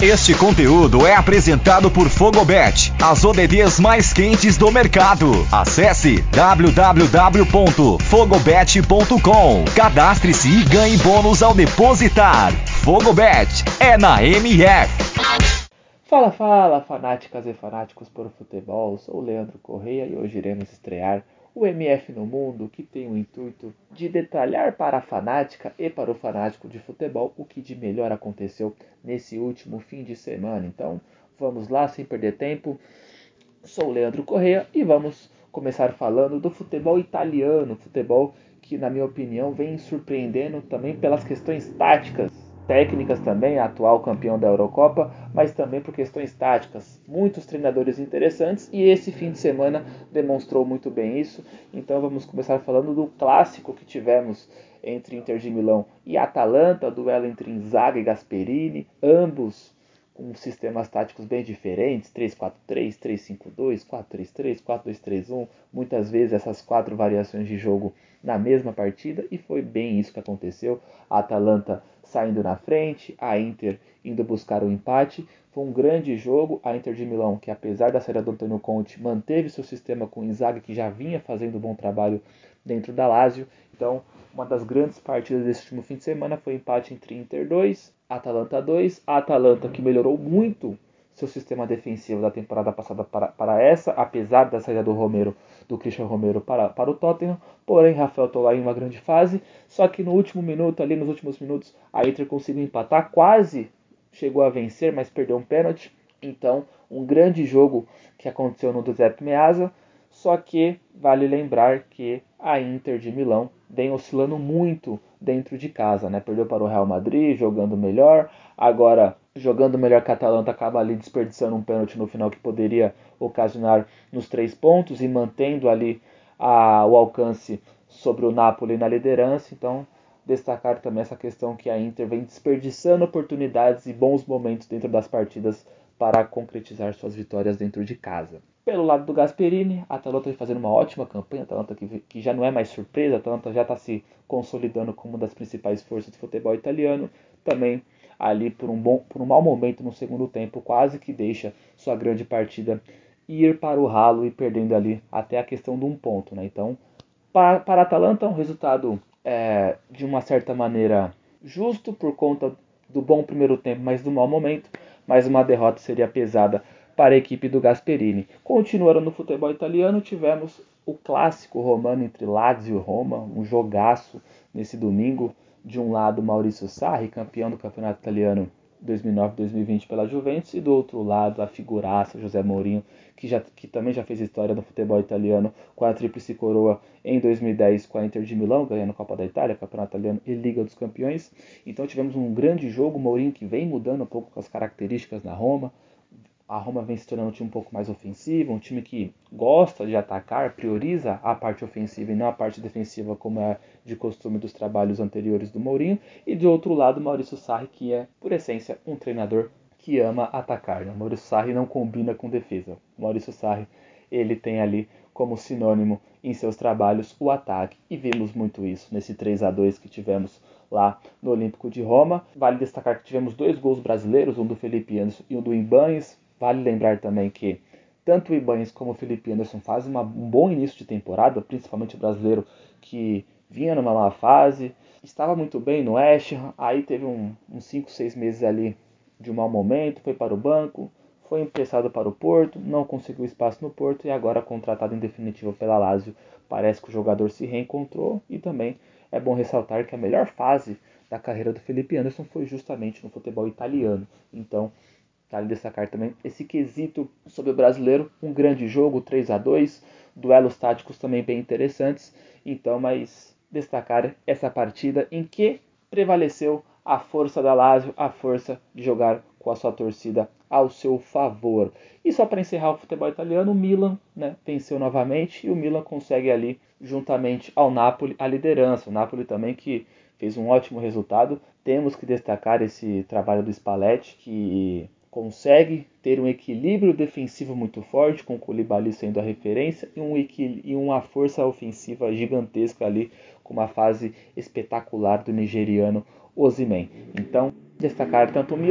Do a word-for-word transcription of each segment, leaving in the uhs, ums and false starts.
Este conteúdo é apresentado por Fogobet, as O D Ds mais quentes do mercado. Acesse w w w ponto fogobet ponto com. Cadastre-se e ganhe bônus ao depositar. Fogobet é na M F. Fala, fala, fanáticas e fanáticos por futebol. Sou o Leandro Correia e hoje iremos estrear o M F no Mundo, que tem o intuito de detalhar para a fanática e para o fanático de futebol o que de melhor aconteceu nesse último fim de semana. Então, vamos lá, sem perder tempo. Sou o Leandro Correia e vamos começar falando do futebol italiano, futebol que, na minha opinião, vem surpreendendo também pelas questões táticas, técnicas também, atual campeão da Eurocopa, mas também por questões táticas. Muitos treinadores interessantes e esse fim de semana demonstrou muito bem isso. Então vamos começar falando do clássico que tivemos entre Inter de Milão e Atalanta, duelo entre Inzaghi e Gasperini, ambos com sistemas táticos bem diferentes, três quatro três, três cinco dois, quatro três três, quatro dois três um, muitas vezes essas quatro variações de jogo na mesma partida, e foi bem isso que aconteceu. A Atalanta saindo na frente, a Inter indo buscar o empate. Foi um grande jogo. A Inter de Milão, que apesar da saída do Antônio Conte, manteve seu sistema com o Inzaghi, que já vinha fazendo um bom trabalho dentro da Lazio. Então, uma das grandes partidas desse último fim de semana foi o empate entre Inter dois, Atalanta dois. A Atalanta, que melhorou muito seu sistema defensivo da temporada passada para, para essa, apesar da saída do Romero, do Christian Romero para, para o Tottenham. Porém, Rafael Tolói em uma grande fase, só que no último minuto, ali nos últimos minutos, a Inter conseguiu empatar, quase chegou a vencer, mas perdeu um pênalti. Então, um grande jogo que aconteceu no Giuseppe Meazza, só que vale lembrar que a Inter de Milão vem oscilando muito dentro de casa, né? Perdeu para o Real Madrid, jogando melhor, agora jogando melhor que a Atalanta, acaba ali desperdiçando um pênalti no final que poderia ocasionar nos três pontos e mantendo ali a, o alcance sobre o Napoli na liderança. Então, destacar também essa questão que a Inter vem desperdiçando oportunidades e bons momentos dentro das partidas para concretizar suas vitórias dentro de casa. Pelo lado do Gasperini, a Atalanta vem fazendo uma ótima campanha, a Atalanta que, que já não é mais surpresa, a Atalanta já está se consolidando como uma das principais forças do futebol italiano. Também ali por um, bom, por um mau momento no segundo tempo, quase que deixa sua grande partida ir para o ralo e perdendo ali até a questão de um ponto, né? Então, para, para a Atalanta, um resultado é, de uma certa maneira justo por conta do bom primeiro tempo, mas do mau momento, mas uma derrota seria pesada para a equipe do Gasperini. Continuando no futebol italiano, tivemos o clássico romano entre Lazio e Roma, um jogaço nesse domingo. De um lado, Maurício Sarri, campeão do campeonato italiano dois mil e nove dois mil e vinte pela Juventus, e do outro lado, a figuraça José Mourinho, que, já, que também já fez história no futebol italiano com a tríplice coroa em dois mil e dez com a Inter de Milão, ganhando a Copa da Itália, Campeonato Italiano e Liga dos Campeões. Então tivemos um grande jogo, Mourinho que vem mudando um pouco as características na Roma. A Roma vem se tornando um time um pouco mais ofensivo, um time que gosta de atacar, prioriza a parte ofensiva e não a parte defensiva, como é de costume dos trabalhos anteriores do Mourinho. E de outro lado, Maurício Sarri, que é, por essência, um treinador que ama atacar, né? Maurício Sarri não combina com defesa. Maurício Sarri, ele tem ali como sinônimo em seus trabalhos o ataque, e vimos muito isso nesse três a dois que tivemos lá no Olímpico de Roma. Vale destacar que tivemos dois gols brasileiros, um do Felipe Anderson e um do Ibañez. Vale lembrar também que tanto o Ibañez como o Felipe Anderson fazem uma, um bom início de temporada, principalmente o brasileiro, que vinha numa má fase, estava muito bem no West Ham, aí teve um, uns cinco, seis meses ali de um mau momento, foi para o banco, foi emprestado para o Porto, não conseguiu espaço no Porto e agora contratado em definitivo pela Lazio. Parece que o jogador se reencontrou, e também é bom ressaltar que a melhor fase da carreira do Felipe Anderson foi justamente no futebol italiano. Então, vale destacar também esse quesito sobre o brasileiro, um grande jogo, três a dois, duelos táticos também bem interessantes. Então, mas destacar essa partida em que prevaleceu a força da Lazio, a força de jogar com a sua torcida ao seu favor. E só para encerrar o futebol italiano, o Milan, né, venceu novamente, e o Milan consegue ali, juntamente ao Napoli, a liderança. O Napoli também que fez um ótimo resultado. Temos que destacar esse trabalho do Spalletti, que consegue ter um equilíbrio defensivo muito forte, com o Koulibaly sendo a referência, e, um e uma força ofensiva gigantesca ali, com uma fase espetacular do nigeriano Osimhen. Então, destacar tanto o Milan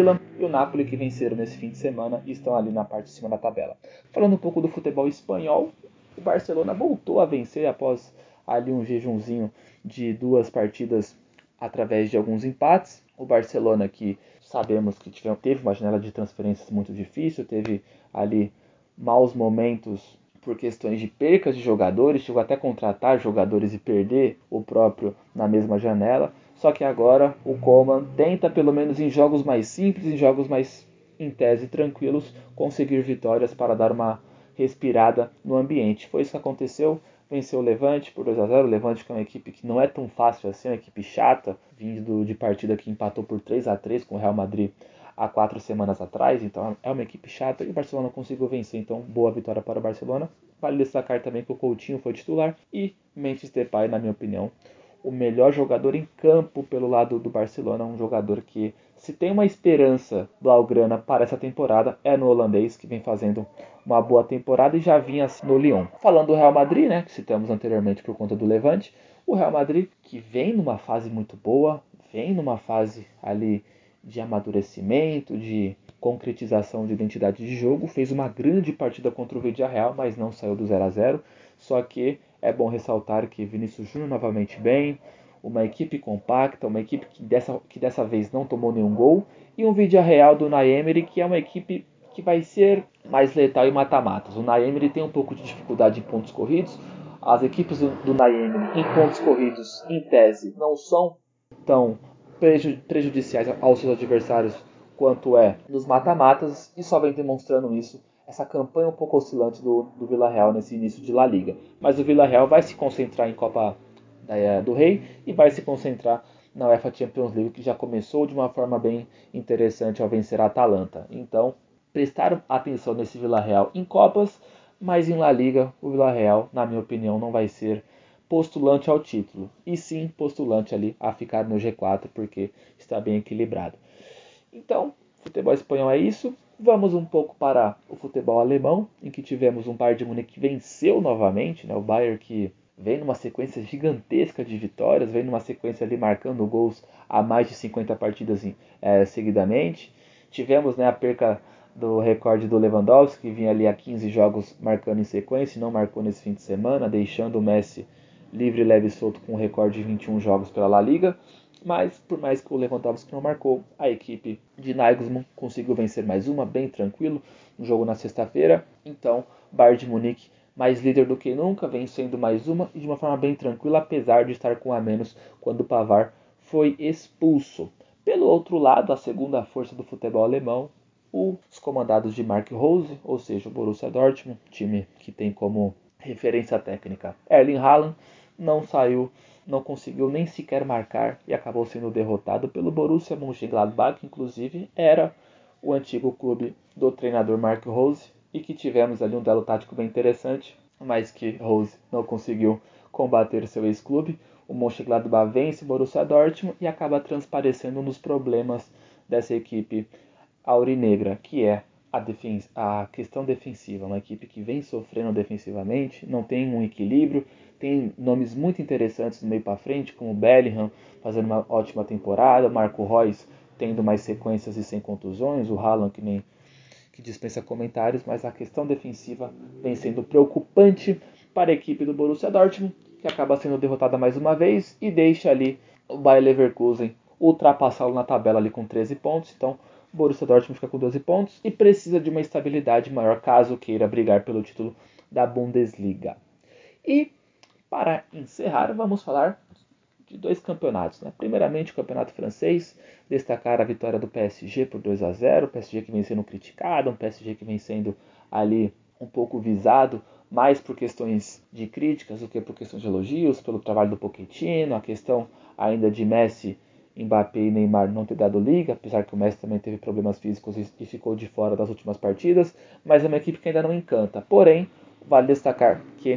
e o Napoli, que venceram nesse fim de semana e estão ali na parte de cima da tabela. Falando um pouco do futebol espanhol, o Barcelona voltou a vencer após ali um jejumzinho de duas partidas através de alguns empates. O Barcelona, que sabemos que teve uma janela de transferências muito difícil, teve ali maus momentos por questões de percas de jogadores, chegou até a contratar jogadores e perder o próprio na mesma janela. Só que agora o Koeman tenta, pelo menos em jogos mais simples, em jogos mais, em tese, tranquilos, conseguir vitórias para dar uma respirada no ambiente. Foi isso que aconteceu. Venceu o Levante por dois a zero. O Levante, que é uma equipe que não é tão fácil assim, é uma equipe chata, vindo de partida que empatou por três a três com o Real Madrid há quatro semanas atrás, então é uma equipe chata e o Barcelona conseguiu vencer, então boa vitória para o Barcelona. Vale destacar também que o Coutinho foi titular e Memphis Depay, na minha opinião, o melhor jogador em campo pelo lado do Barcelona, um jogador que, se tem uma esperança blaugrana para essa temporada, é no holandês, que vem fazendo uma boa temporada e já vinha assim no Lyon. Falando do Real Madrid, né, que citamos anteriormente por conta do Levante, o Real Madrid, que vem numa fase muito boa, vem numa fase ali de amadurecimento, de concretização de identidade de jogo, fez uma grande partida contra o Villarreal, mas não saiu do zero a zero, só que é bom ressaltar que Vinícius Júnior novamente bem, uma equipe compacta, uma equipe que dessa, que dessa vez não tomou nenhum gol, e um Villarreal do Unai Emery, que é uma equipe que vai ser mais letal em mata-matas. O Unai Emery tem um pouco de dificuldade em pontos corridos, as equipes do, do Unai Emery em pontos corridos, em tese, não são tão prejudiciais aos seus adversários quanto é nos mata-matas, e só vem demonstrando isso essa campanha um pouco oscilante do, do Villarreal nesse início de La Liga. Mas o Villarreal vai se concentrar em Copa da, do Rei e vai se concentrar na UEFA Champions League, que já começou de uma forma bem interessante ao vencer a Atalanta. Então, prestar atenção nesse Villarreal em Copas, mas em La Liga o Villarreal, na minha opinião, não vai ser postulante ao título, e sim postulante ali a ficar no G quatro, porque está bem equilibrado. Então, futebol espanhol é isso. Vamos um pouco para o futebol alemão, em que tivemos um Bayern de Munique que venceu novamente, né? O Bayern que vem numa sequência gigantesca de vitórias, vem numa sequência ali marcando gols a mais de cinquenta partidas é, seguidamente. Tivemos, né, a perca do recorde do Lewandowski, que vinha ali a quinze jogos marcando em sequência e não marcou nesse fim de semana, deixando o Messi livre, leve e solto com um recorde de vinte e um jogos pela La Liga. Mas, por mais que o Lewandowski não marcou, a equipe de Nagelsmann conseguiu vencer mais uma, bem tranquilo, no jogo na sexta-feira. Então, Bayern de Munique, mais líder do que nunca, vencendo mais uma e de uma forma bem tranquila, apesar de estar com a menos quando o Pavard foi expulso. Pelo outro lado, a segunda força do futebol alemão, os comandados de Marco Rose, ou seja, o Borussia Dortmund, time que tem como referência técnica Erling Haaland, não saiu, não conseguiu nem sequer marcar e acabou sendo derrotado pelo Borussia Mönchengladbach, que inclusive era o antigo clube do treinador Marco Rose, e que tivemos ali um duelo tático bem interessante, mas que Rose não conseguiu combater seu ex-clube. O Mönchengladbach vence o Borussia Dortmund e acaba transparecendo nos problemas dessa equipe aurinegra, que é a, defen- a questão defensiva. Uma equipe que vem sofrendo defensivamente, não tem um equilíbrio, tem nomes muito interessantes no meio para frente, como o Bellingham fazendo uma ótima temporada, o Marco Reus tendo mais sequências e sem contusões, o Haaland que nem que dispensa comentários, mas a questão defensiva vem sendo preocupante para a equipe do Borussia Dortmund, que acaba sendo derrotada mais uma vez e deixa ali o Bayer Leverkusen ultrapassá-lo na tabela ali com treze pontos. Então, o Borussia Dortmund fica com doze pontos e precisa de uma estabilidade maior caso queira brigar pelo título da Bundesliga. E, para encerrar, vamos falar de dois campeonatos, né? Primeiramente o campeonato francês, destacar a vitória do P S G por dois a zero, o P S G que vem sendo criticado, um P S G que vem sendo ali um pouco visado, mais por questões de críticas do que por questões de elogios, pelo trabalho do Pochettino, a questão ainda de Messi, Mbappé e Neymar não ter dado liga, apesar que o Messi também teve problemas físicos e ficou de fora das últimas partidas, mas é uma equipe que ainda não encanta. Porém, vale destacar que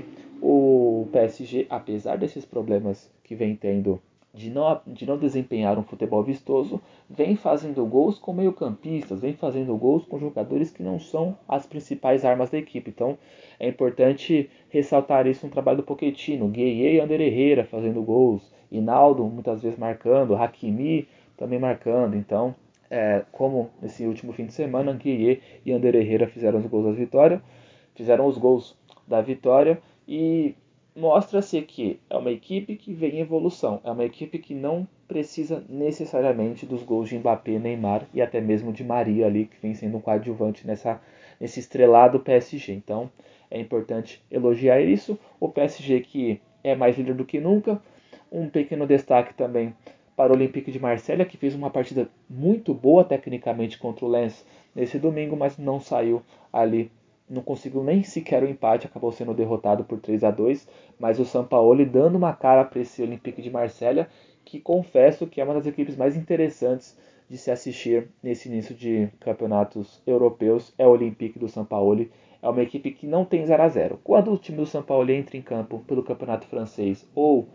o P S G, apesar desses problemas que vem tendo de não, de não desempenhar um futebol vistoso, vem fazendo gols com meio-campistas, vem fazendo gols com jogadores que não são as principais armas da equipe. Então é importante ressaltar isso no trabalho do Pochettino. Gueye e Ander Herrera fazendo gols, Hinaldo muitas vezes marcando, Hakimi também marcando. Então É, como nesse último fim de semana, Gueye e Ander Herrera fizeram os gols da vitória, fizeram os gols da vitória e mostra-se que é uma equipe que vem em evolução, é uma equipe que não precisa necessariamente dos gols de Mbappé, Neymar e até mesmo de Maria ali, que vem sendo um coadjuvante nessa, nesse estrelado P S G. Então é importante elogiar isso. O P S G que é mais líder do que nunca. Um pequeno destaque também para o Olympique de Marselha, que fez uma partida muito boa tecnicamente contra o Lens nesse domingo, mas não saiu ali, não conseguiu nem sequer o empate, acabou sendo derrotado por três a dois, mas o Sampaoli dando uma cara para esse Olympique de Marselha, que confesso que é uma das equipes mais interessantes de se assistir nesse início de campeonatos europeus, é o Olympique do Sampaoli. É uma equipe que não tem zero a zero. Quando o time do Sampaoli entra em campo pelo campeonato francês ou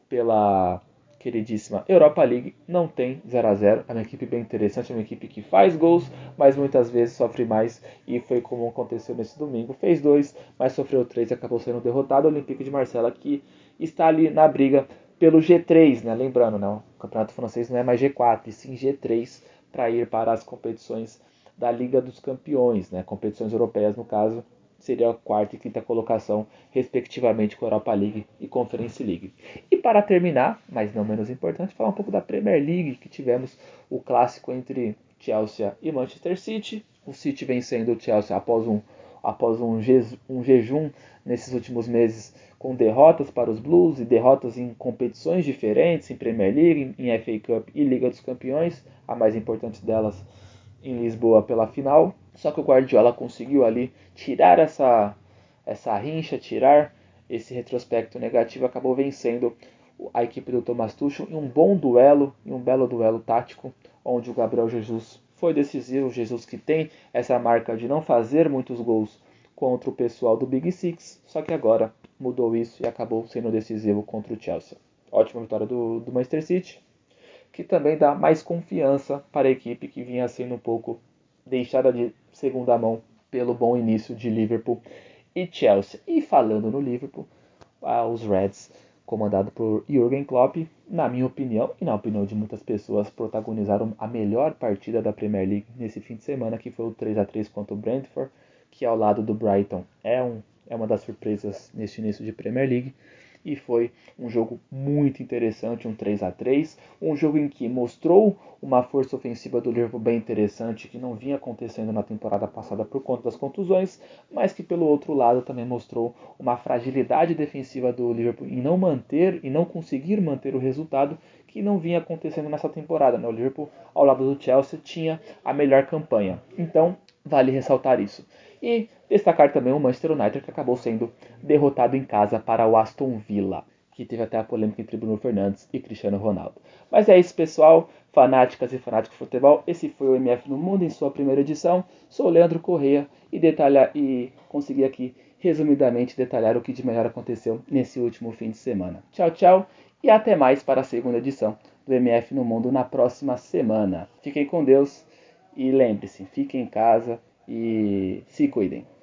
pela queridíssima Europa League, não tem zero a zero. É uma equipe bem interessante, é uma equipe que faz gols, mas muitas vezes sofre mais, e foi como aconteceu nesse domingo. Fez dois, mas sofreu três e acabou sendo derrotado. O Olympique de Marselha, que está ali na briga pelo G três, né? Lembrando, né? O campeonato francês não é mais G quatro, e sim G três, para ir para as competições da Liga dos Campeões, né? Competições europeias, no caso, seria a quarta e quinta colocação, respectivamente, com a Europa League e Conference League. E para terminar, mas não menos importante, falar um pouco da Premier League, que tivemos o clássico entre Chelsea e Manchester City. O City vencendo o Chelsea após um, após um, je, um jejum nesses últimos meses, com derrotas para os Blues e derrotas em competições diferentes, em Premier League, em F A Cup e Liga dos Campeões, a mais importante delas em Lisboa pela final. Só que o Guardiola conseguiu ali tirar essa, essa rincha, tirar esse retrospecto negativo, acabou vencendo a equipe do Thomas Tuchel em um bom duelo, em um belo duelo tático, onde o Gabriel Jesus foi decisivo. Jesus que tem essa marca de não fazer muitos gols contra o pessoal do Big Six, só que agora mudou isso e acabou sendo decisivo contra o Chelsea. Ótima vitória do, do Manchester City, que também dá mais confiança para a equipe que vinha sendo um pouco deixada de segunda mão pelo bom início de Liverpool e Chelsea. E falando no Liverpool, os Reds, comandado por Jürgen Klopp, na minha opinião e na opinião de muitas pessoas, protagonizaram a melhor partida da Premier League nesse fim de semana, que foi o três a três contra o Brentford, que ao lado do Brighton é, um, é uma das surpresas neste início de Premier League. E foi um jogo muito interessante, um três a três, um jogo em que mostrou uma força ofensiva do Liverpool bem interessante, que não vinha acontecendo na temporada passada por conta das contusões, mas que pelo outro lado também mostrou uma fragilidade defensiva do Liverpool em não manter e não conseguir manter o resultado que não vinha acontecendo nessa temporada, né? O Liverpool, ao lado do Chelsea, tinha a melhor campanha. Então, vale ressaltar isso. E destacar também o Manchester United, que acabou sendo derrotado em casa para o Aston Villa, que teve até a polêmica entre Bruno Fernandes e Cristiano Ronaldo. Mas é isso, pessoal. Fanáticas e fanáticos de futebol, esse foi o M F no Mundo em sua primeira edição. Sou o Leandro Correia e, detalhar, e consegui aqui, resumidamente, detalhar o que de melhor aconteceu nesse último fim de semana. Tchau, tchau e até mais para a segunda edição do M F no Mundo na próxima semana. Fiquem com Deus e lembre-se, fiquem em casa e se cuidem.